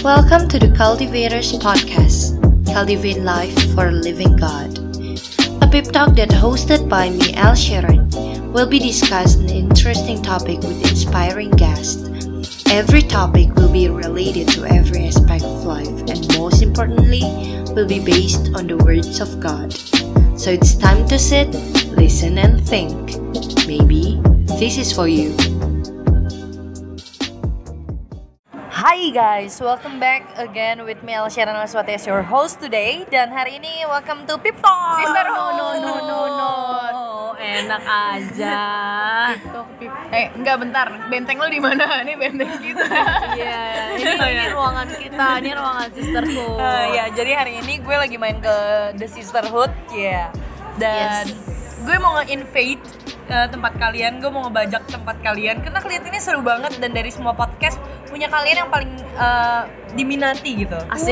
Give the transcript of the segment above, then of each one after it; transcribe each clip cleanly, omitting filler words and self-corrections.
Welcome to the Cultivators Podcast. Cultivate life for a living God. A pep talk that hosted by me, Al Sharon, will be discussed an interesting topic with inspiring guests. Every topic will be related to every aspect of life and most importantly, will be based on the words of God. So it's time to sit, listen and think. Maybe this is for you. Hi guys, welcome back again with me Al Sharon Laswati as your host today. Dan hari ini welcome to Pep Talk. Sisterhood. No. Enak aja. Enggak bentar. Benteng lo di mana? Ini benteng kita. Iya, ini ruangan kita, ini ruangan Sisterhood. Ya, jadi hari ini gue lagi main ke The Sisterhood, ya. Dan gue mau nge-invade tempat kalian, gue mau ngebajak tempat kalian karena kelihatannya seru banget dan dari semua podcast punya kalian yang paling diminati gitu. Asik.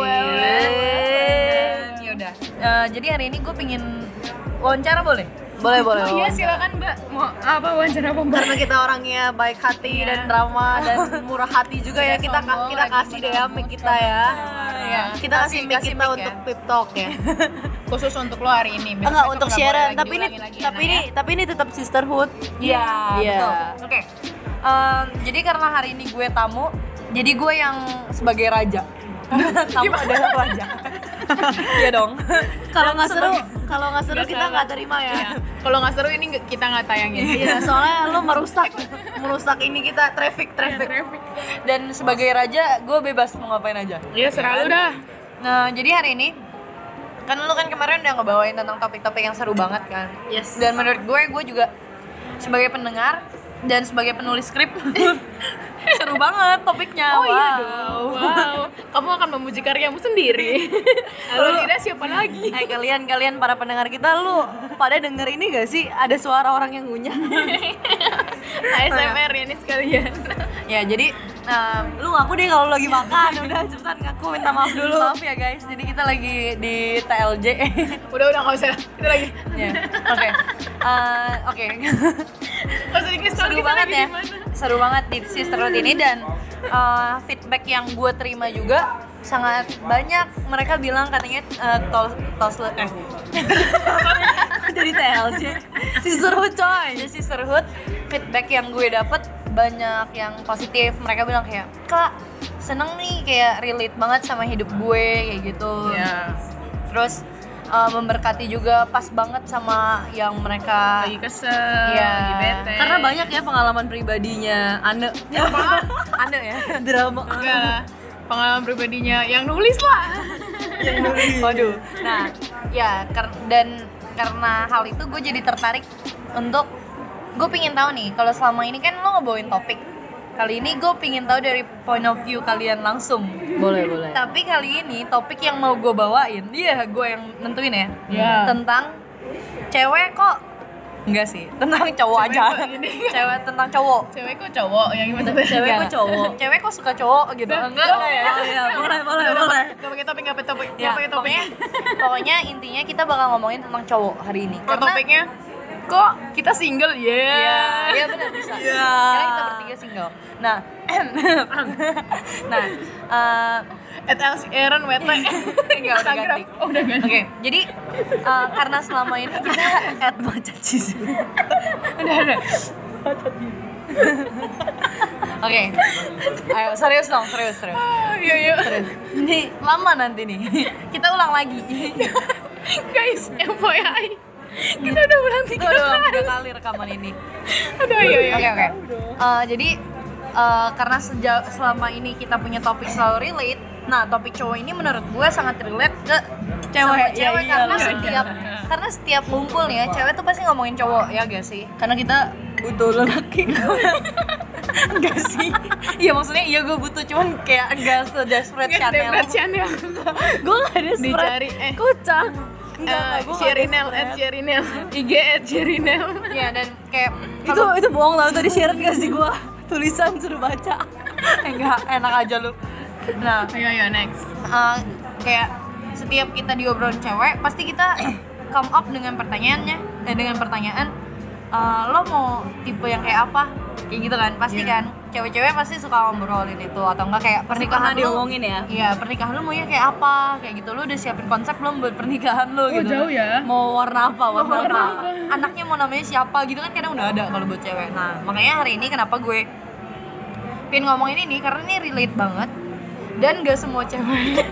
Yaudah. Jadi hari ini gue pingin wawancara boleh? Boleh. Oh iya silakan Mbak. Mau apa wawancara apa Mbak? Karena kita orangnya baik hati dan ramah dan murah hati juga ya. Kita kasih deh ya mic kita ya. Kita kasih mic kita untuk Pep Talk ya. Khusus untuk lo hari ini. Enggak untuk Sharon, tapi ini tetap Sisterhood. Iya. Betul. Oke. Jadi karena hari ini gue tamu, jadi gue yang sebagai raja. Kamu adalah raja. Iya dong. Kalau nggak seru kita nggak terima ya. Iya. Kalau nggak seru ini kita nggak tayangin. Iya, soalnya lo merusak ini kita traffic. Dan sebagai raja, gue bebas mau ngapain aja. Iya selalu dah. Nah, jadi hari ini kan lu kan kemarin udah ngebawain tentang topik-topik yang seru banget kan. Yes. Dan menurut gue juga sebagai pendengar dan sebagai penulis skrip seru banget topiknya. Oh iya dong. Wow. Kamu akan memuji karyamu sendiri. Kalau tidak siapa lagi? Kalian para pendengar kita, lu pada denger ini gak sih ada suara orang yang ngunyah? ASMR ini sekalian. Ya, jadi lu ngaku deh kalau lagi makan. Udah cepetan ngaku, minta maaf dulu. Maaf ya guys, jadi kita lagi di TLJ. Udah nggak usah. Kita lagi. Ya. Oke. Seru banget di Sisterhood ini dan feedback yang gue terima juga sangat banyak. Mereka bilang katanya jadi TLJ Sisterhood coy. Di Sisterhood feedback yang gue dapet banyak yang positif. Mereka bilang kayak, "Kak, seneng nih, kayak relate banget sama hidup gue," kayak gitu. Iya. Terus memberkati juga, pas banget sama yang mereka Lagi kesel, lagi bete. Karena banyak ya pengalaman pribadinya Ane ya. Drama. Enggak lah. Pengalaman pribadinya yang nulis lah. Waduh. Nah, ya dan karena hal itu gue jadi tertarik untuk gue pingin tahu nih, kalau selama ini kan lo ngebawain topik. Kali ini gue pingin tahu dari point of view kalian langsung. Boleh. Tapi kali ini topik yang mau gue bawain, gue yang nentuin ya. Yeah. Tentang cewek kok. Enggak sih, tentang cowok aja. Cewek tentang cowok. Cewek kok cowok yang gimana? Cewek kok cowok. Cewek kok suka cowok gitu. Enggak ya. Iya, boleh. Gak pakai topik. Ya, pokoknya intinya kita bakal ngomongin tentang cowok hari ini. Karena topiknya kok kita single ya? Iya benar bisa. Karena kita bertiga single. Nah, Aaron Wete. enggak udah ganti. Oh, udah ganti. Oke, jadi karena selama ini kita Baca cheese. udah. Oke. Ayo serius dong, serius. Iya. Serius. Ini lama nanti nih. Kita ulang lagi. Guys, FYI. Kita udah ulang 3 kali rekaman ini. Aduh, iya. Oke. Jadi karena selama ini kita punya topik selalu relate. Nah, topik cowok ini menurut gue sangat relate ke cewek. Karena setiap ngumpul nih ya, cewek tuh pasti ngomongin cowok, ya gak sih? Karena kita butuh lelaki. Enggak sih. Iya maksudnya gue butuh, cuman kayak enggak se-desperate Chanel. Gue enggak desperate. Dicari Kucang. Sherinel IG @Sherinel. Ya, dan kayak Itu bohong lah, tadi share ngasih gua tulisan suruh baca. enggak, enak aja lu. Nah, Ayo next. Kayak setiap kita diobrolin cewek, pasti kita come up dengan pertanyaan, lo mau tipe yang kayak apa? Kayak gitu kan, pasti kan. cewek-cewek pasti suka ngobrolin itu, atau enggak kayak pernikahan lu diomongin ya. Iya, pernikahan lu maunya kayak apa, kayak gitu. Lu udah siapin konsep belum buat pernikahan lu gitu. jauh ya. Mau warna apa, anaknya mau namanya siapa gitu kan, kadang udah ada kalau buat cewek. Nah, makanya hari ini kenapa gue pengen ngomongin ini, karena ini relate banget dan gak semua cewek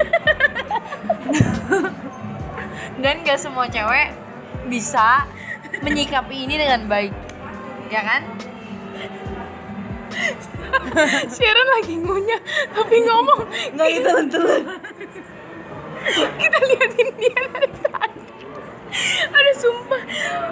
dan gak semua cewek bisa menyikapi ini dengan baik, ya kan? Sharon lagi ngunyah tapi ngomong Nggak ditelan-telan. kita liatin dia dari tadi. Ada sumpah.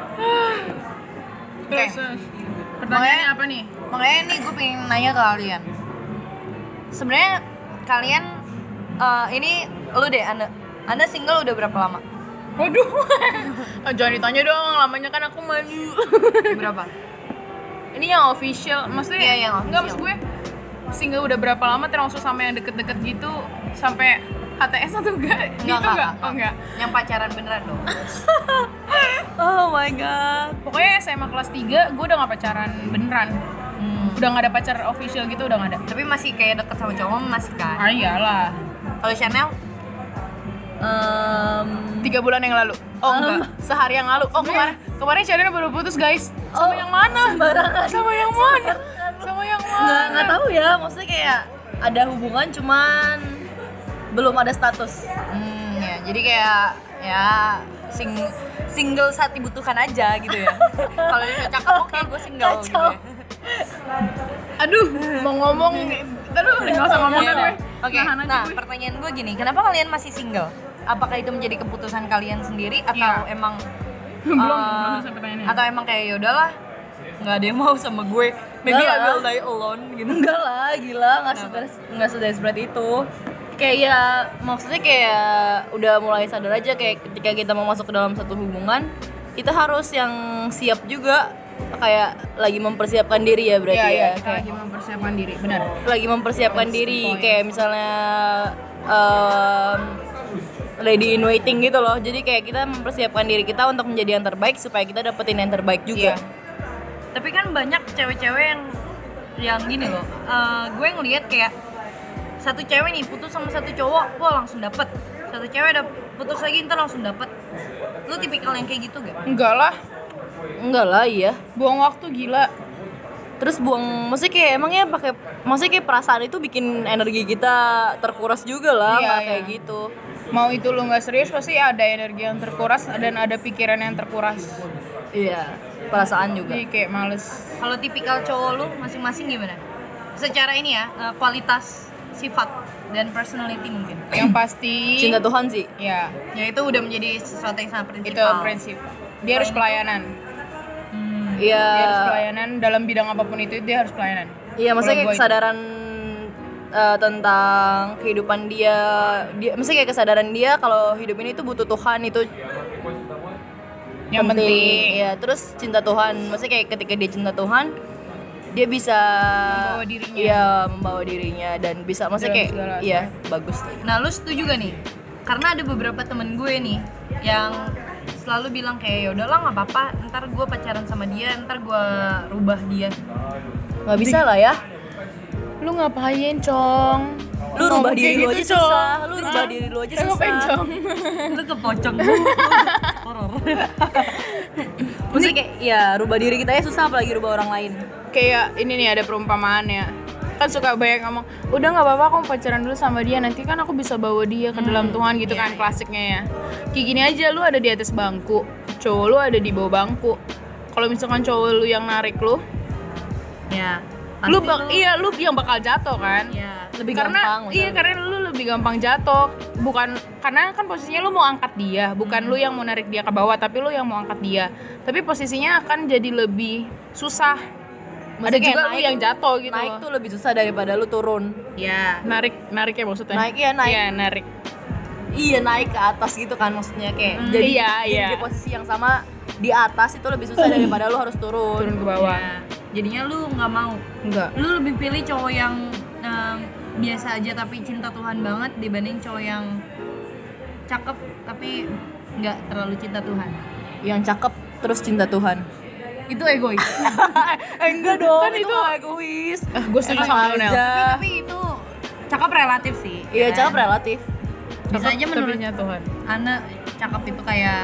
Terus pertanyaannya apa nih? Makanya nih gue pengen nanya ke kalian. Sebenarnya kalian ini lu deh, Anda single udah berapa lama? Waduh. Jangan ditanya dong, lamanya kan aku malu. Berapa? Ini yang official, maksudnya Iya, yang enggak, official. maksud gue single udah berapa lama, termasuk sama yang deket-deket gitu, sampai HTS atau enggak? Gitu enggak? Oh enggak. Yang pacaran beneran dong. Oh my god. Pokoknya SMA kelas 3 gue udah gak pacaran beneran. Udah gak ada pacar official gitu, udah gak ada. Tapi masih kayak deket sama cowok masih kan? Ah iyalah. Kalau Chanel 3 bulan yang lalu. Oh enggak, sehari yang lalu. Oh kemarin Chanel baru putus guys. Sama yang mana? Sama yang mana? Sama yang mana? Nggak tahu ya, maksudnya kayak ada hubungan cuman belum ada status. Ya, jadi kayak ya single saat dibutuhkan aja gitu ya. Kalau dia cakep, oke gue single gitu ya. Aduh, mau ngomong. Aduh, enggak usah ngomong Iya. deh. Oke, nah pertanyaan gue gini, kenapa kalian masih single? Apakah itu menjadi keputusan kalian sendiri atau Iya. emang belum selesai pertanyaannya. atau emang kayak yaudahlah nggak ada yang mau sama gue, maybe I will die alone gitu. Enggak lah, gila, nggak sedesperate itu. Kayak ya, maksudnya kayak udah mulai sadar aja kayak ketika kita mau masuk ke dalam satu hubungan, kita harus yang siap juga, kayak lagi mempersiapkan diri ya berarti Iya, ya. kita lagi mempersiapkan diri, benar. Lagi mempersiapkan That's the diri, point. kayak misalnya lady in waiting gitu loh. Jadi kayak kita mempersiapkan diri kita untuk menjadi yang terbaik supaya kita dapetin yang terbaik juga. Iya. Tapi kan banyak cewek-cewek yang gini loh, gue ngelihat kayak satu cewek nih putus sama satu cowok, wah langsung dapet. Satu cewek udah putus lagi, ntar langsung dapet. Lu tipikal yang kayak gitu gak? Enggak lah, Enggak lah, iya. buang waktu gila. Terus maksudnya kayak emangnya maksudnya kayak perasaan itu bikin energi kita terkuras juga lah, Iya, nggak iya. kayak gitu. Mau itu lu nggak serius pasti ada energi yang terkuras dan ada pikiran yang terkuras. Iya, perasaan juga. Jadi kayak males. Kalau tipikal cowok lu masing-masing gimana? Secara ini ya, kualitas sifat dan personality mungkin. Yang pasti Cinta Tuhan sih. ya, Ya itu udah menjadi sesuatu yang sangat itu prinsipal. prinsip. Dia harus pelayanan. Iya. Dia harus pelayanan dalam bidang apapun itu, dia harus pelayanan. Iya, maksudnya Kalau kayak gua kesadaran tentang kehidupan dia, maksudnya kayak kesadaran dia kalau hidup ini tuh butuh Tuhan, itu yang penting. Iya, terus cinta Tuhan, maksudnya kayak ketika dia cinta Tuhan, dia bisa Membawa dirinya. Iya, membawa dirinya dan bisa, maksudnya Dalam kayak segala aspek. iya, bagus. Nah, lu setuju gak nih? Karena ada beberapa temen gue nih yang selalu bilang kayak ya udahlah nggak apa-apa, ntar gue pacaran sama dia, ntar gue rubah dia. Nggak bisa lah ya. Lu ngapain, Cong? Lu rubah Ngomong diri kayak lu gitu, aja susah. Cong. Lu rubah diri lu aja Saya ngapain, susah. Cong? Lu kepocong. Horor. Maksudnya kayak ya rubah diri kita aja susah, apalagi rubah orang lain. Kayak ini nih ada perumpamaannya. Kan suka banyak ngomong, udah nggak apa-apa, aku pacaran dulu sama dia, nanti kan aku bisa bawa dia ke dalam Tuhan gitu kan, klasiknya ya. Kayak gini aja, lu ada di atas bangku, cowok lu ada di bawah bangku. Kalau misalkan cowok lu yang narik lu, Ya. lu lu yang bakal jatuh kan? Ya. Lebih Karena gampang. iya, karena lu lebih gampang jatuh. Bukan karena kan posisinya lu mau angkat dia, bukan lu yang mau narik dia ke bawah, tapi lu yang mau angkat dia. Tapi posisinya akan jadi lebih susah. Ada Maksudnya juga kayak lu yang jatuh gitu. Naik tuh lebih susah daripada lu turun. Ya. narik ya maksudnya. Naik, iya, naik. Iya, narik. Iya, naik ke atas gitu kan maksudnya kayak. Iya, jadi iya. di posisi yang sama di atas itu lebih susah daripada lu harus turun. Turun ke bawah. Ya. Jadinya lu nggak mau. Enggak. Lu lebih pilih cowok yang biasa aja tapi cinta Tuhan banget dibanding cowok yang cakep tapi nggak terlalu cinta Tuhan. Yang cakep terus cinta Tuhan. itu egois. Enggak dong, Kan itu itu- nggak egois. Gue setuju sama lu, Nel. Tapi itu cakep relatif sih. Iya, ya cakep kan? relatif. Bisa aja menurut Tapi Tuhan. Ana cakep itu kayak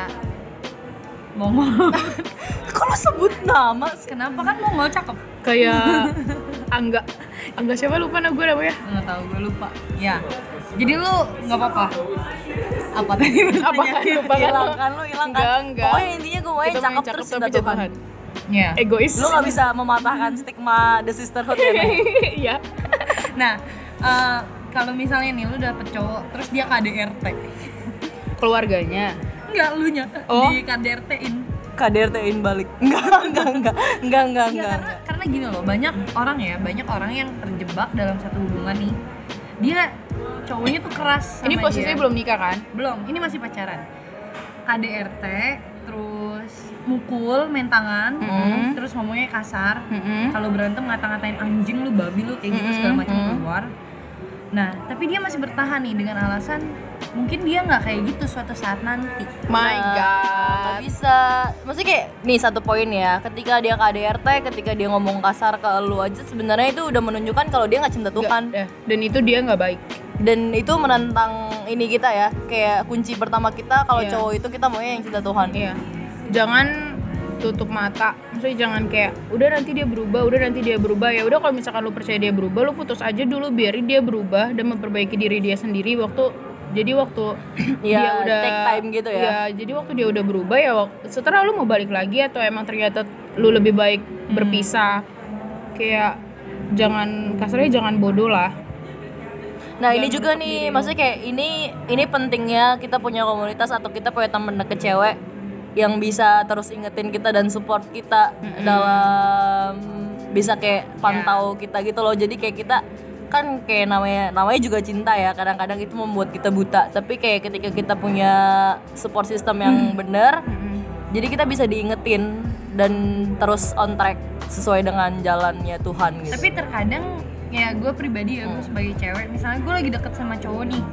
Mongol. Kalau sebut nama Kenapa kan Mongol cakep? Kayak Angga siapa lupa gue namanya. Nggak tahu, gue lupa. Ya. Jadi lu nggak apa-apa. Apa tadi? Apa kan lupa kan? hilang kan lu hilang kan. Enggak. Pokoknya intinya gue Kita main cakep terus cinta tapi Tuhan. Ya. Egois. Lu nggak bisa mematahkan stigma the sisterhood ya, Mei? Iya. Nah, kalau misalnya nih lu dapet cowok terus dia KDRT. Keluarganya. Enggak, lu nya Oh. di KDRT-in. KDRT-in balik. Enggak. Karena gini loh, banyak orang yang terjebak dalam satu hubungan nih. Dia cowoknya tuh keras sama Ini posisinya dia. belum nikah kan? Belum, ini masih pacaran. KDRT, terus mukul, main tangan, terus ngomongnya kasar. Kalau berantem ngata-ngatain anjing lu, babi lu, kayak gitu segala macam keluar. Nah, tapi dia masih bertahan nih dengan alasan mungkin dia nggak kayak gitu suatu saat nanti. My Nggak god. bisa. Maksudnya kayak nih satu poin ya. Ketika dia KDRT, ketika dia ngomong kasar ke lu aja sebenarnya itu udah menunjukkan kalau dia nggak cinta Tuhan. Dan itu dia nggak baik. Dan itu menentang ini kita ya. Kayak kunci pertama kita kalau Iya. cowok itu kita maunya yang cinta Tuhan. Iya. Jangan tutup mata. Maksudnya jangan kayak udah nanti dia berubah. Ya udah kalau misalkan lu percaya dia berubah, lu putus aja dulu, biarin dia berubah dan memperbaiki diri dia sendiri waktu Iya, dia udah take time gitu ya. Iya, jadi waktu dia udah berubah ya setelah lu mau balik lagi atau emang ternyata lu lebih baik berpisah. Kayak kasarnya jangan bodoh lah. Nah ini juga nih, maksudnya kayak ini pentingnya kita punya komunitas atau kita punya temen deket cewek yang bisa terus ingetin kita dan support kita dalam bisa kayak pantau kita gitu loh. Jadi kayak kita kan kayak namanya juga cinta ya, kadang-kadang itu membuat kita buta. Tapi kayak ketika kita punya support system yang bener, jadi kita bisa diingetin dan terus on track sesuai dengan jalannya Tuhan gitu. Tapi terkadang ya gue pribadi ya, gue sebagai cewek, misalnya gue lagi deket sama cowok nih,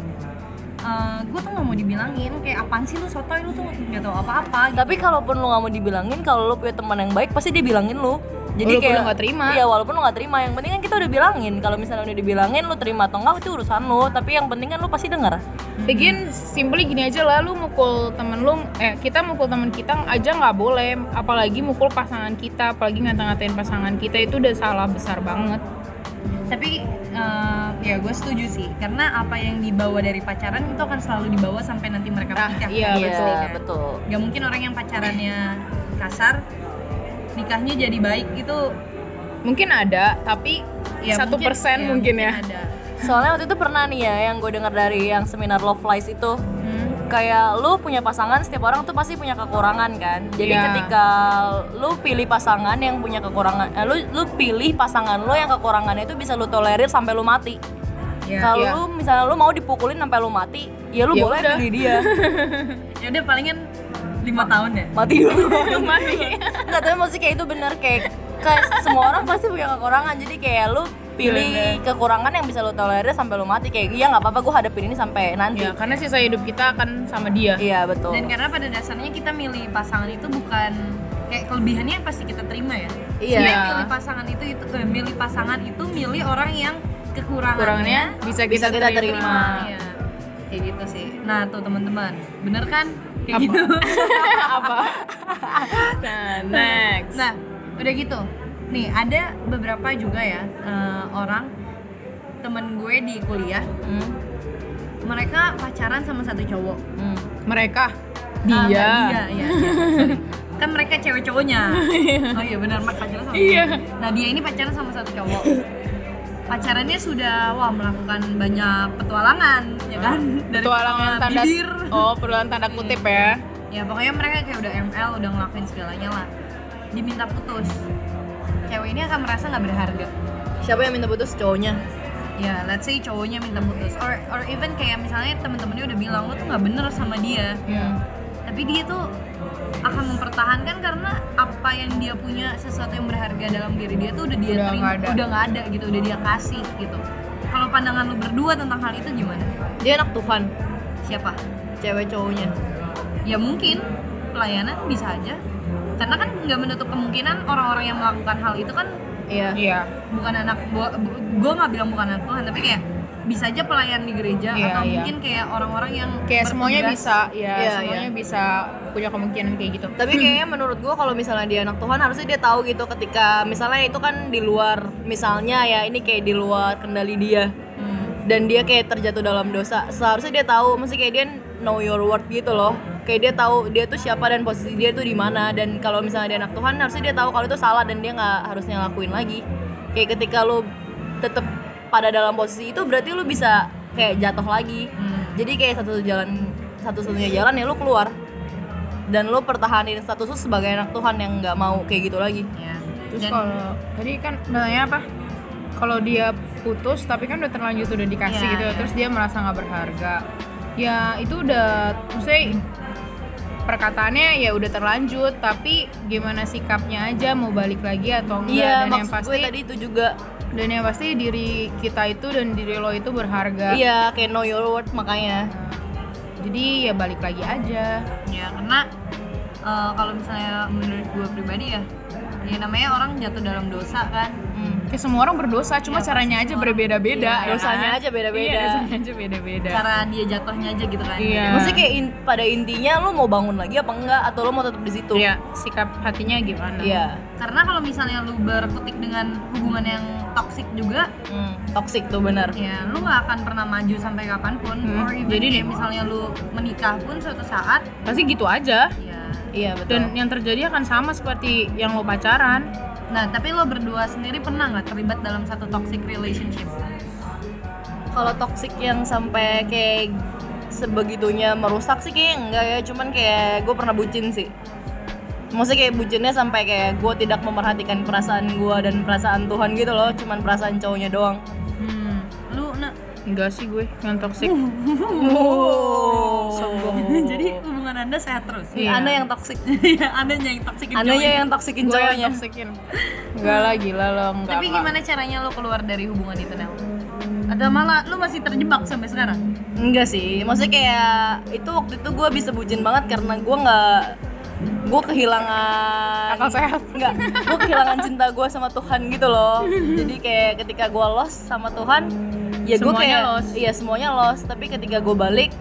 gue tuh nggak mau dibilangin kayak apaan sih lu sotoy, lu tuh nggak tahu apa-apa gitu. Tapi kalaupun lu nggak mau dibilangin, kalau lu punya teman yang baik pasti dia bilangin lu. Jadi Walaupun kayak lu nggak terima. Iya, walaupun lu nggak terima, yang penting kan kita udah bilangin. Kalau misalnya udah dibilangin, lu terima atau enggak itu urusan lu. Tapi yang penting kan lu pasti dengar. Lagian simply gini aja lah, lu mukul temen lu, kita mukul temen kita aja nggak boleh, apalagi mukul pasangan kita, apalagi ngata-ngatain pasangan kita, itu udah salah besar banget. Tapi ya gue setuju sih, karena apa yang dibawa dari pacaran itu akan selalu dibawa sampai nanti mereka menikah. iya, betul. Gak mungkin orang yang pacarannya kasar nikahnya jadi baik itu. Mungkin ada, tapi Ya 1% mungkin ya. ada. Soalnya waktu itu pernah nih ya, yang gue dengar dari yang seminar Love Lies itu, kayak lu punya pasangan, setiap orang tuh pasti punya kekurangan kan. Jadi Iya. ketika lu pilih pasangan yang punya kekurangan, lu pilih pasangan lu yang kekurangannya itu bisa lu tolerir sampai lu mati. Ya. Kalau Iya. lu misalnya lu mau dipukulin sampai lu mati, ya lu Ya boleh udah. pilih dia. Ya udah palingan 5 tahun ya. Mati dulu. Enggak, tapi maksudnya kayak itu bener, kayak semua orang pasti punya kekurangan. Jadi kayak lu pilih kekurangan yang bisa lu tolerir sampai lu mati. Kayak iya nggak apa-apa, gue hadapin ini sampai nanti. Ya, karena sisa hidup kita akan sama dia. Iya betul. Dan karena pada dasarnya kita milih pasangan itu bukan kayak kelebihannya pasti kita terima ya. Iya. Sebenarnya milih pasangan itu milih orang yang kekurangannya Kurangnya bisa kita terima. Iya. Kayak gitu sih. Nah, tuh teman-teman, bener kan? Kayak Apa? gitu. Apa? Nah, next. Nah, udah gitu. Nih, ada beberapa juga ya orang temen gue di kuliah. Mereka pacaran sama satu cowok. Mereka Dia, dia. iya. Sorry. Kan mereka cewek cowoknya. Oh iya benar, mereka pacaran sama Iya. cowok. Nah, dia ini pacaran sama satu cowok. Pacarannya sudah melakukan banyak petualangan, ya kan? Dari Petualangan pertama tanda bibir. petualangan tanda kutip ya. Ya pokoknya mereka kayak udah ML, udah ngelakuin segalanya lah. Diminta putus. Cewek ini akan merasa nggak berharga. Siapa yang minta putus? Cowoknya. Ya, let's say cowoknya minta putus, or even kayak misalnya temen-temennya udah bilang lo tuh nggak bener sama dia. Tapi dia tuh akan mempertahankan karena apa yang dia punya, sesuatu yang berharga dalam diri dia tuh udah dia Udah terima, nggak ada. udah nggak ada gitu, udah dia kasih gitu. Kalau pandangan lu berdua tentang hal itu gimana? Dia anak Tuhan. Siapa? Cewek cowoknya. Ya mungkin pelayanan bisa aja. Karena kan nggak menutup kemungkinan orang-orang yang melakukan hal itu kan Iya. bukan anak gue nggak bilang bukan anak Tuhan, tapi kayak bisa aja pelayan di gereja atau mungkin kayak orang-orang yang kayak semuanya bertugas. bisa semuanya bisa punya kemungkinan kayak gitu. Tapi kayaknya menurut gua kalau misalnya dia anak Tuhan harusnya dia tahu gitu ketika misalnya itu kan di luar, misalnya ya ini kayak di luar kendali dia dan dia kayak terjatuh dalam dosa, seharusnya dia tahu, mesti kayak dia know your worth gitu loh, kayak dia tahu dia tuh siapa dan posisi dia tuh di mana, dan kalau misalnya dia anak Tuhan harusnya dia tahu kalau itu salah dan dia nggak harusnya ngelakuin lagi. Kayak ketika lu tetap pada dalam posisi itu berarti lu bisa kayak jatuh lagi. Jadi kayak satu-satunya jalan ya lu keluar dan lu pertahanin status lu sebagai anak Tuhan yang nggak mau kayak gitu lagi. Ya. Terus Dan kalau tadi kan nanya apa? Kalau dia putus tapi kan udah terlanjur udah dikasih Iya, gitu, iya. terus dia merasa nggak berharga. Ya itu udah, maksudnya perkataannya ya udah terlanjur, tapi gimana sikapnya aja, mau balik lagi atau enggak. Iya, Dan yang maksud pasti gue tadi itu juga. dan yang pasti diri kita itu dan diri lo itu berharga. Iya, kayak know your worth makanya. Jadi ya balik lagi aja. ya karena kalau misalnya menurut gue pribadi ya namanya orang jatuh dalam dosa kan. Kayak semua orang berdosa, cuma Ya, caranya pasti aja semua berbeda-beda. orang. ya Dosanya kan? aja beda-beda. Iya, dosanya aja beda-beda. Cara dia jatuhnya aja gitu kan. Iya. Maksudnya kayak pada intinya lu mau bangun lagi apa enggak, atau lu mau tetap di situ? Iya, sikap hatinya gimana? Iya. Karena kalau misalnya lu berkutik dengan hubungan yang toksik juga, Toxic tuh benar. ya lu nggak akan pernah maju sampai kapanpun. Or even Jadi kayak misalnya lu menikah pun suatu saat, Pasti gitu aja. ya. Iya betul. Dan yang terjadi akan sama seperti yang lo pacaran. Nah, tapi lo berdua sendiri pernah nggak terlibat dalam satu toxic relationship? Kalau toxic yang sampai kayak sebegitunya merusak sih kayak enggak ya, cuman kayak gue pernah bucin sih. Maksudnya kayak bucinnya sampai kayak gue tidak memperhatikan perasaan gue dan perasaan Tuhan gitu loh, cuman perasaan cowoknya doang. Lu Enggak sih gue yang toxic. jadi hubungan Anda sehat terus. Iya. Anda yang toxic. Iya, Anda yang toxikin Anda cowoknya. yang toxikin Gue yang cowoknya. toxikin. Enggak lah, gila lo, enggak. Tapi gimana caranya lo keluar dari hubungan itu, Nel? Atau malah lu masih terjebak sampai sekarang? Enggak sih, maksudnya kayak itu waktu itu gue bisa bucin banget karena gue kehilangan Akal sehat. Enggak, gue kehilangan cinta gue sama Tuhan gitu lost. Jadi kayak ketika gue lost sama Tuhan, ya gue Semuanya kayak lost. iya semuanya lost. Tapi ketika gue balik,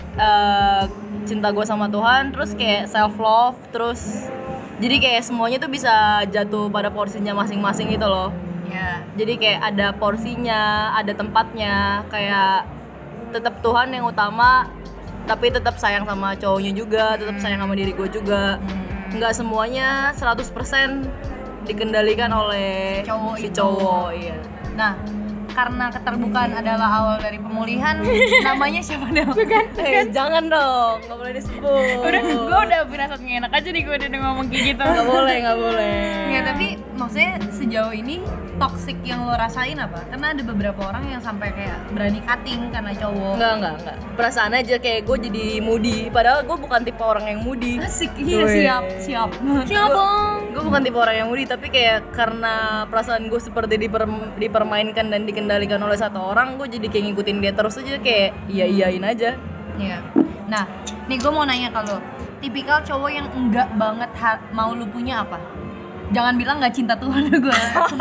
cinta gue sama Tuhan, terus kayak self love, terus jadi kayak semuanya tuh bisa jatuh pada porsinya masing-masing gitu loh. Ya. Jadi kayak ada porsinya, ada tempatnya, kayak tetap Tuhan yang utama, tapi tetap sayang sama cowoknya juga, tetap sayang sama diri gue juga. Nggak semuanya 100% dikendalikan oleh Cowok si itu. cowok, iya. Nah, karena keterbukaan adalah awal dari pemulihan, namanya siapa, Nel? Jangan dong, nggak boleh disebut. Gue udah berasa nggak enak aja nih gue udah ngomong kayak gitu. Nggak boleh, nggak boleh. Ya, tapi maksudnya sejauh ini toxic yang lo rasain apa? Karena ada beberapa orang yang sampai kayak berani cutting karena cowok. Enggak. Perasaan aja kayak gue jadi moody. Padahal gue bukan tipe orang yang moody. Asik, iya, siap. Gue bukan tipe orang yang moody, tapi kayak karena perasaan gue seperti dipermainkan dan dikendalikan oleh satu orang, gue jadi kayak ngikutin dia terus aja, kayak iyain aja. Iya. Nah, nih gue mau nanya kalau tipikal cowok yang enggak banget mau lu punya apa? Jangan bilang nggak cinta Tuhan gue.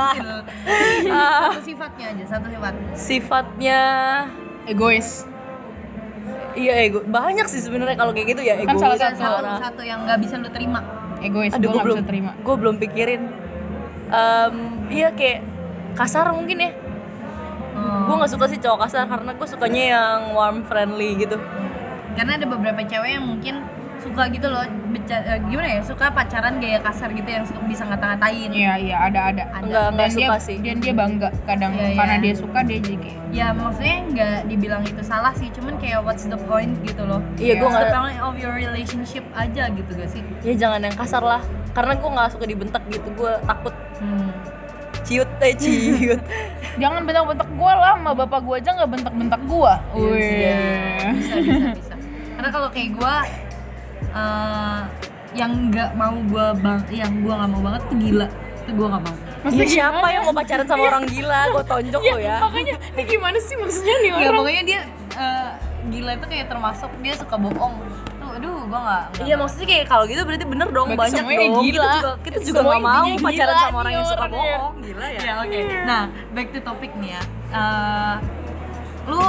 Satu sifatnya aja, satu sifat. Sifatnya Egois. iya ego. Banyak sih sebenarnya kalau kayak gitu ya, Kan ego. salah Satu yang nggak bisa lu terima. Egois, Aduh, gue nggak bisa terima. gue belum pikirin. Iya kayak kasar mungkin ya. Gue nggak suka sih cowok kasar karena gue sukanya yang warm, friendly gitu. Karena ada beberapa cewek yang mungkin suka gitu loh, gimana ya, suka pacaran gaya kasar gitu yang bisa ngata-ngatain. Iya, ada. Enggak Dan suka dia, sih. Dan dia bangga kadang Iya, karena iya. dia suka, dia jadi kayak Ya maksudnya nggak dibilang itu salah sih, cuman kayak what's the point gitu loh. Iya, gua What's the nggak- point of your relationship aja gitu gak sih? Ya jangan yang kasar lah, karena gue nggak suka dibentak gitu. Gue takut ciut. jangan bentak-bentak gue lah, sama bapak gue aja nggak bentak-bentak gue. Bisa. Karena kalau kayak gue yang nggak mau yang gue nggak mau banget tuh gila, itu gue nggak mau. Ya siapa yang mau pacaran sama orang gila? Gue tonjok lo ya. Makanya ini gimana sih maksudnya nih Ya orang? pokoknya dia gila itu kayak termasuk dia suka bohong. Tuh, aduh, gue nggak. Iya maksudnya kayak kalau gitu berarti bener dong, Berarti banyak semuanya dong. gila. Kita juga Semua nggak mau intinya pacaran gila sama orang nih yang suka orangnya. bohong, gila ya. Ya oke. Nah, back to topic nih ya. Lu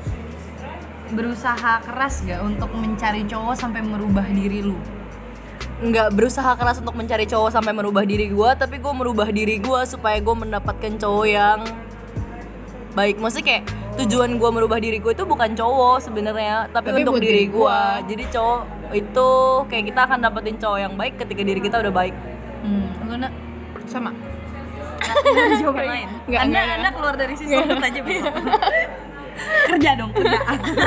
berusaha keras gak untuk mencari cowok sampai merubah diri lu? Nggak berusaha keras untuk mencari cowok sampai merubah diri gue, tapi gue merubah diri gue supaya gue mendapatkan cowok yang baik. Maksudnya kayak tujuan gue merubah diri gue itu bukan cowok sebenarnya, tapi untuk buat diri diri gue. Jadi cowok itu kayak kita akan dapetin cowok yang baik ketika diri kita udah baik. Lu nak Sama. jawaban lain? Nggak, Anda keluar dari sisi itu aja besok. Kerja dong, kerja.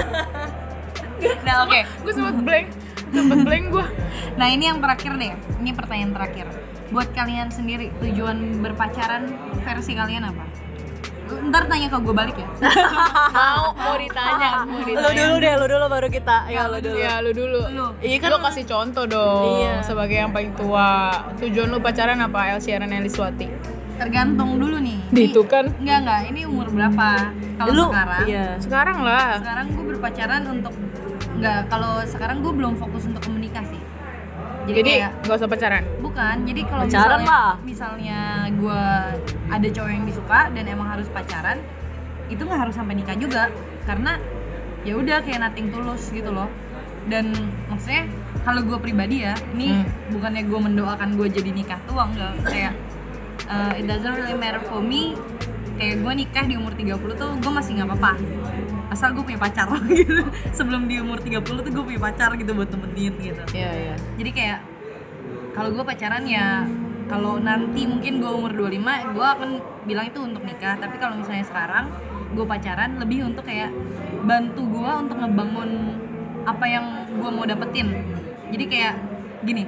Nah oke. Gue sempet blank gue. Nah ini yang terakhir deh. Ini pertanyaan terakhir. Buat kalian sendiri, tujuan berpacaran versi kalian apa? Ntar tanya ke gue balik ya. mau ditanya. Lu dulu deh, lu dulu baru kita. Ya lu dulu. Ya lu dulu. Iya kan Lu kasih contoh dong. Iya. Sebagai yang paling tua. Tujuan lu pacaran apa? Elsyaran Eliswati. Tergantung dulu nih. Itu kan. Enggak, ini umur berapa? Kalau Lu, sekarang, iya. Sekarang lah. sekarang gue berpacaran untuk kalau sekarang gue belum fokus untuk menikah sih. Jadi kayak gak usah pacaran. bukan, jadi kalau Pacaran lah. misalnya gue ada cowok yang disuka dan emang harus pacaran, itu nggak harus sampai nikah juga, karena ya udah kayak nothing tulus gitu loh. Dan maksudnya kalau gue pribadi ya, ini bukannya gue mendoakan gue jadi nikah tua, enggak, kayak it doesn't really matter for me. Kayak gue nikah di umur 30 tuh gue masih nggak apa-apa, asal gue punya pacar gitu. Sebelum di umur 30 tuh gue punya pacar gitu buat temenin gitu. Iya. Jadi kayak kalau gue pacaran ya, kalau nanti mungkin gue umur 25 gue akan bilang itu untuk nikah. Tapi kalau misalnya sekarang gue pacaran lebih untuk kayak bantu gue untuk ngebangun apa yang gue mau dapetin. Jadi kayak gini,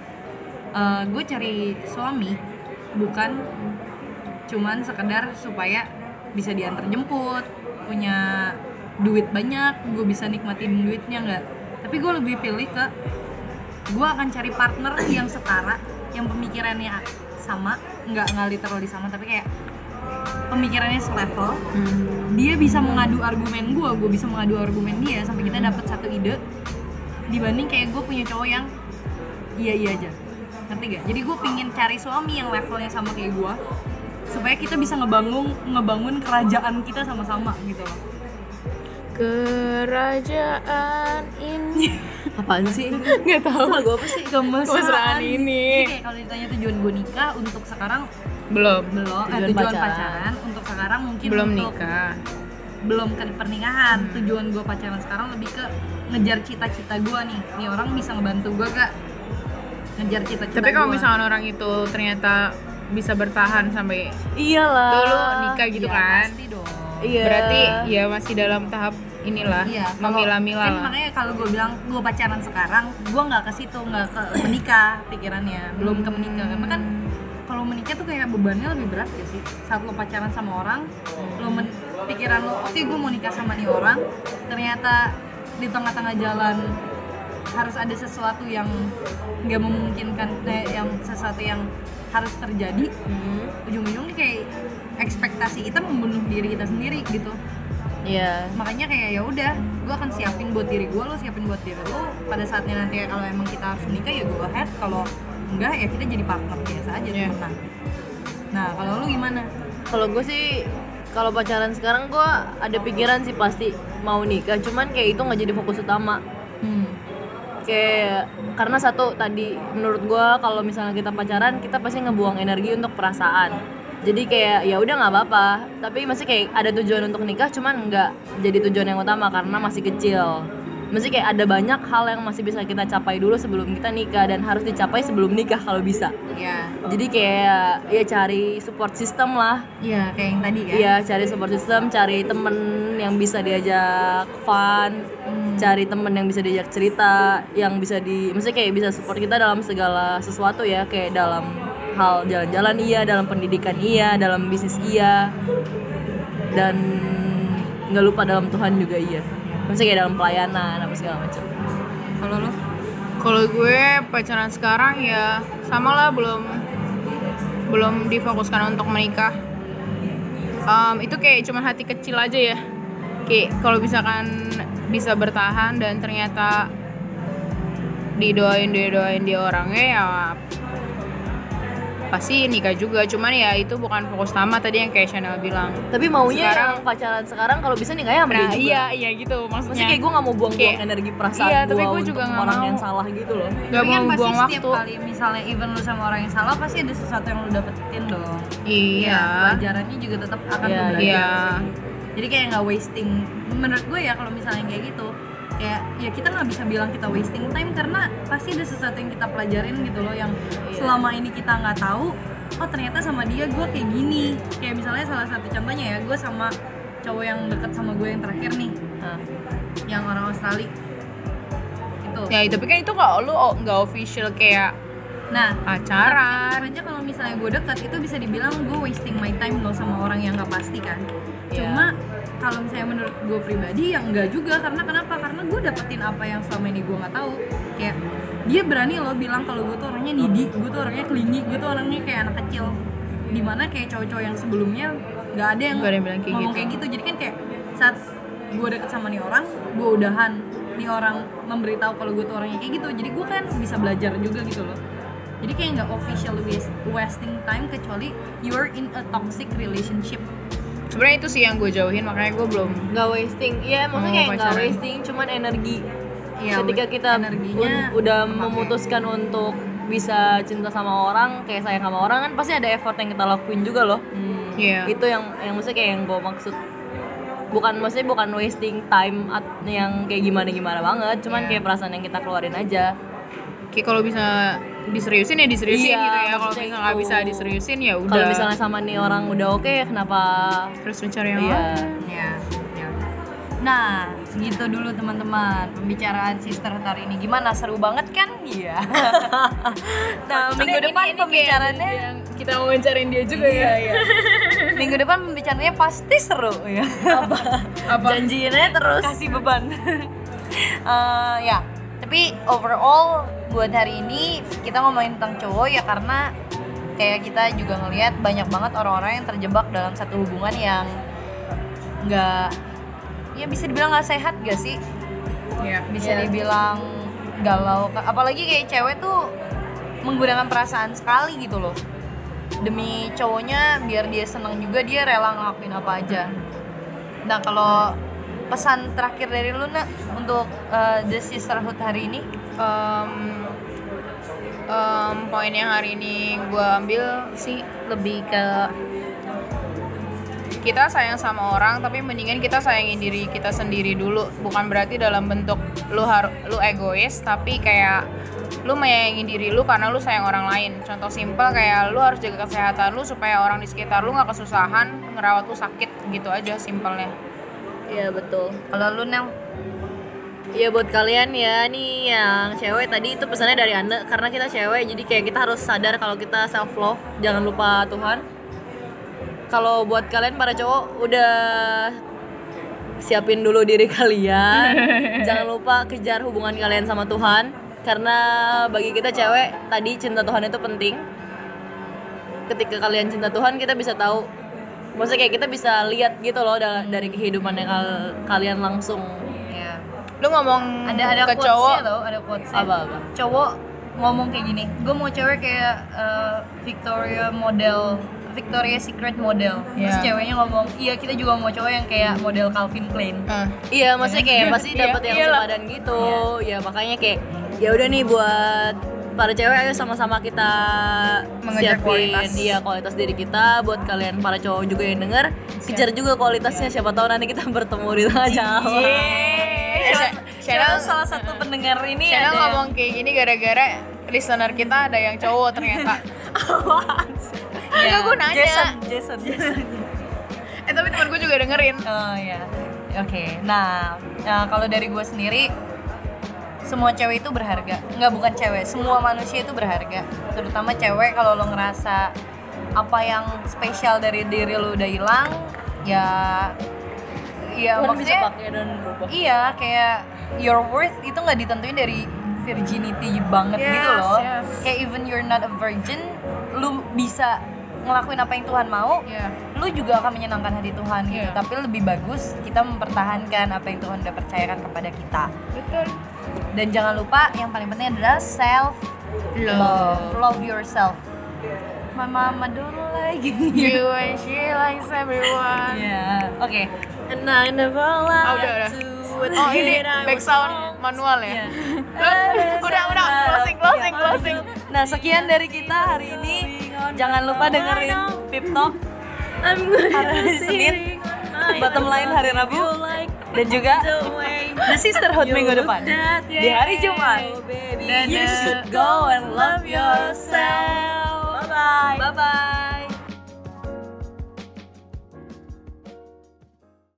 gue cari suami bukan cuman sekedar supaya bisa diantar jemput, punya duit banyak, gue bisa nikmatin duitnya, enggak. Tapi gue lebih pilih ke gue akan cari partner yang setara, yang pemikirannya sama, nggak literally sama, tapi kayak pemikirannya selevel. Dia bisa mengadu argumen gue bisa mengadu argumen dia sampai kita dapat satu ide, dibanding kayak gue punya cowok yang iya aja, ngerti gak? Jadi gue pingin cari suami yang levelnya sama kayak gue, supaya kita bisa ngebangun kerajaan kita sama-sama gitu loh. Kerajaan ini. apaan sih? Nggak tahu. Lagu apa sih? Kemesraan ini. Jadi kayak kalau ditanya tujuan gue nikah, untuk sekarang Belum. tujuan pacaran untuk sekarang mungkin Belum untuk nikah. belum ke pernikahan. Tujuan gue pacaran sekarang lebih ke ngejar cita-cita gue nih orang bisa ngebantu gue gak ngejar cita-cita. Tapi kalau gua. misalkan orang itu ternyata bisa bertahan sampai Iyalah. dulu nikah gitu Ya, kan, pasti dong. Iya. berarti ya masih dalam tahap inilah, Iya, memilah-milah kan lah. makanya kalau gue bilang gue pacaran sekarang, gue nggak ke situ, nggak ke menikah pikirannya, belum ke menikah. Karena kan kalau menikah tuh kayak bebannya lebih berat ya sih. Saat lo pacaran sama orang, pikiran lo, oke gue mau nikah sama nih orang, ternyata di tengah-tengah jalan harus ada sesuatu yang nggak memungkinkan, yang sesuatu yang harus terjadi. Ujung-ujungnya kayak ekspektasi kita membunuh diri kita sendiri gitu. Iya. Makanya kayak ya udah, gue akan siapin buat diri gue, lo siapin buat diri lo. Pada saatnya nanti kalau emang kita harus menikah ya go ahead, kalau enggak ya kita jadi partner biasa aja, temenan. Nah kalau lu gimana? Kalau gue sih, kalau pacaran sekarang gue ada pikiran sih pasti mau nikah, cuman kayak itu nggak jadi fokus utama. Kayak karena satu tadi menurut gue kalau misalnya kita pacaran kita pasti ngebuang energi untuk perasaan. Jadi kayak ya udah nggak apa-apa, tapi masih kayak ada tujuan untuk nikah, cuman nggak jadi tujuan yang utama karena masih kecil. Masih kayak ada banyak hal yang masih bisa kita capai dulu sebelum kita nikah, dan harus dicapai sebelum nikah kalau bisa. Iya. Jadi kayak ya cari support system lah. Iya kayak yang tadi kan. Iya, cari support system, cari temen yang bisa diajak fun, cari temen yang bisa diajak cerita, yang bisa maksudnya kayak bisa support kita dalam segala sesuatu ya, kayak dalam hal jalan-jalan iya, dalam pendidikan iya, dalam bisnis iya, dan nggak lupa dalam Tuhan juga iya. Maksudnya kayak dalam pelayanan apa segala macam. Kalau lu? Kalau gue pacaran sekarang ya sama lah, belum difokuskan untuk menikah. Itu kayak cuma hati kecil aja ya. Kayak kalau misalkan bisa bertahan dan ternyata didoain dia orangnya ya pasti nikah juga, cuman ya itu bukan fokus utama tadi yang kayak Chanel bilang. Tapi maunya Sekarang- yang pacaran sekarang kalau bisa nikahnya sama dia Nah juga. iya gitu maksudnya. Maksudnya kayak gue gak mau buang-buang Kayak- energi perasaan iya, gue tapi gue untuk juga nggak orang mau. yang salah gitu loh. Gak Tapi mau kan pasti buang setiap waktu. kali misalnya even lu sama orang yang salah pasti ada sesuatu yang lu dapetin dong. Iya. Pelajarannya juga tetap akan Iya, lu belajar iya. sih. Jadi kayak nggak wasting. Menurut gue ya kalau misalnya kayak gitu, kayak ya kita nggak bisa bilang kita wasting time karena pasti ada sesuatu yang kita pelajarin gitu loh yang selama ini kita nggak tahu. Oh ternyata sama dia gue kayak gini. Kayak misalnya salah satu contohnya ya, gue sama cowok yang deket sama gue yang terakhir nih, yang orang Australia itu. Ya tapi kan itu kalau lu nggak official kayak Nah, pacaran. tapi aja kalau misalnya gue dekat itu bisa dibilang gue wasting my time loh sama orang yang nggak pasti kan. Cuma kalau misalnya menurut gue pribadi ya enggak juga, karena kenapa? Karena gue dapetin apa yang selama ini gue nggak tahu. Kayak dia berani loh bilang kalau gue tuh orangnya needy, gue tuh orangnya clingy, gue tuh orangnya kayak anak kecil. Dimana kayak cowok-cowok yang sebelumnya nggak ada yang Nggak ada yang bilang kayak ngomong gitu. kayak gitu. Jadi kan kayak saat gue deket sama nih orang, gue udahan, nih orang memberitahu kalau gue tuh orangnya kayak gitu. Jadi gue kan bisa belajar juga gitu loh. Jadi kayak nggak official wasting time kecuali you're in a toxic relationship. Sebenarnya itu sih yang gue jauhin, makanya gue belum. Nggak wasting, iya maksudnya kayak nggak pacaran. wasting, cuman energi. Iya, Ketika kita energinya udah kepake. memutuskan untuk bisa cinta sama orang, kayak sayang sama orang kan pasti ada effort yang kita lakuin juga loh. Iya. Itu yang maksudnya kayak yang gue maksud. Maksudnya bukan wasting time yang kayak gimana banget, cuman kayak perasaan yang kita keluarin aja. Kayak kalau bisa diseriusin ya diseriusin Iya, gitu ya. Kalau maksudnya misalnya nggak itu. bisa diseriusin ya udah. Kalau misalnya sama nih orang udah oke, kenapa? terus mencari yang Iya. lain. Ya. Nah, segitu dulu teman-teman pembicaraan sisterhood hari ini. Gimana, seru banget kan? Iya. Nah, minggu depan pembicaraannya yang kita mau wawancarain dia juga ya. minggu depan pembicaraannya pasti seru ya. Apa? Janjiinnya terus kasih beban. Ya, tapi overall buat hari ini kita ngomongin tentang cowok ya karena kayak kita juga ngelihat banyak banget orang-orang yang terjebak dalam satu hubungan yang nggak, ya bisa dibilang nggak sehat gak sih? Iya. Bisa dibilang galau, apalagi kayak cewek tuh menggunakan perasaan sekali gitu loh demi cowoknya, biar dia seneng juga dia rela ngelakuin apa aja. Nah kalau pesan terakhir dari lu Nak untuk The Sisterhood hari ini? Poin yang hari ini gue ambil sih lebih ke kita sayang sama orang tapi mendingan kita sayangin diri kita sendiri dulu. Bukan berarti dalam bentuk lu egois, tapi kayak lu menyayangi diri lu karena lu sayang orang lain. Contoh simpel kayak lu harus jaga kesehatan lu supaya orang di sekitar lu nggak kesusahan ngerawat lu sakit, gitu aja simpelnya. Iya betul. Kalau lu Nel? Iya buat kalian ya nih yang cewek tadi itu pesannya dari Anda, karena kita cewek jadi kayak kita harus sadar kalau kita self love, jangan lupa Tuhan. Kalau buat kalian para cowok udah siapin dulu diri kalian. Jangan lupa kejar hubungan kalian sama Tuhan, karena bagi kita cewek tadi cinta Tuhan itu penting. Ketika kalian cinta Tuhan kita bisa tahu, maksudnya kayak kita bisa lihat gitu loh dari kehidupannya kalian langsung. Ya. Lu ngomong Ada ke quotes-nya cowok loh, ada quotes-nya. Apa? Cowok ngomong kayak gini, gue mau cewek kayak Victoria's Secret model. Terus Yeah. ceweknya ngomong, iya kita juga mau cowok yang kayak model Calvin Klein. Iya, maksudnya kayak pasti dapat yang Iyalah. sepadan gitu. Ya makanya kayak ya udah nih buat para cewek ayo sama-sama kita Mengejar siapin kualitas. kualitas diri kita. Buat kalian para cowok juga yang denger, kejar juga kualitasnya, siapa tahu nanti kita bertemu di tengah jalan. Channel salah satu pendengar ini Channel ada ngomong kayak gini gara-gara listener kita ada yang cowok ternyata. Enggak, gue nanya. Jason. Tapi temen gue juga dengerin. Oh ya, oke. Nah, kalau dari gue sendiri, semua cewek itu berharga. Nggak, bukan cewek, semua manusia itu berharga. Terutama cewek, kalau lo ngerasa apa yang spesial dari diri lo udah hilang, ya Tuhan bisa maksudnya pakai dan berubah. iya, kayak your worth itu nggak ditentuin dari virginity banget Yes, gitu loh. yes. Kayak even you're not a virgin, lu bisa ngelakuin apa yang Tuhan mau, Iya. lu juga akan menyenangkan hati Tuhan gitu. Iya. Tapi lebih bagus kita mempertahankan apa yang Tuhan udah percayakan kepada kita. Betul. Dan jangan lupa yang paling penting adalah self love yourself. Mama dulu lagi. You and she likes everyone. Ya, oke. And I never udah. lied to it. Oh ini back sound manual ya? udah closing. Nah, sekian dari kita hari ini. Jangan lupa dengerin Pip Talk hari Senin, Bottom Line hari Rabu, dan juga The Sisterhood minggu depan di hari Jumat. You should go and love yourself. Bye bye.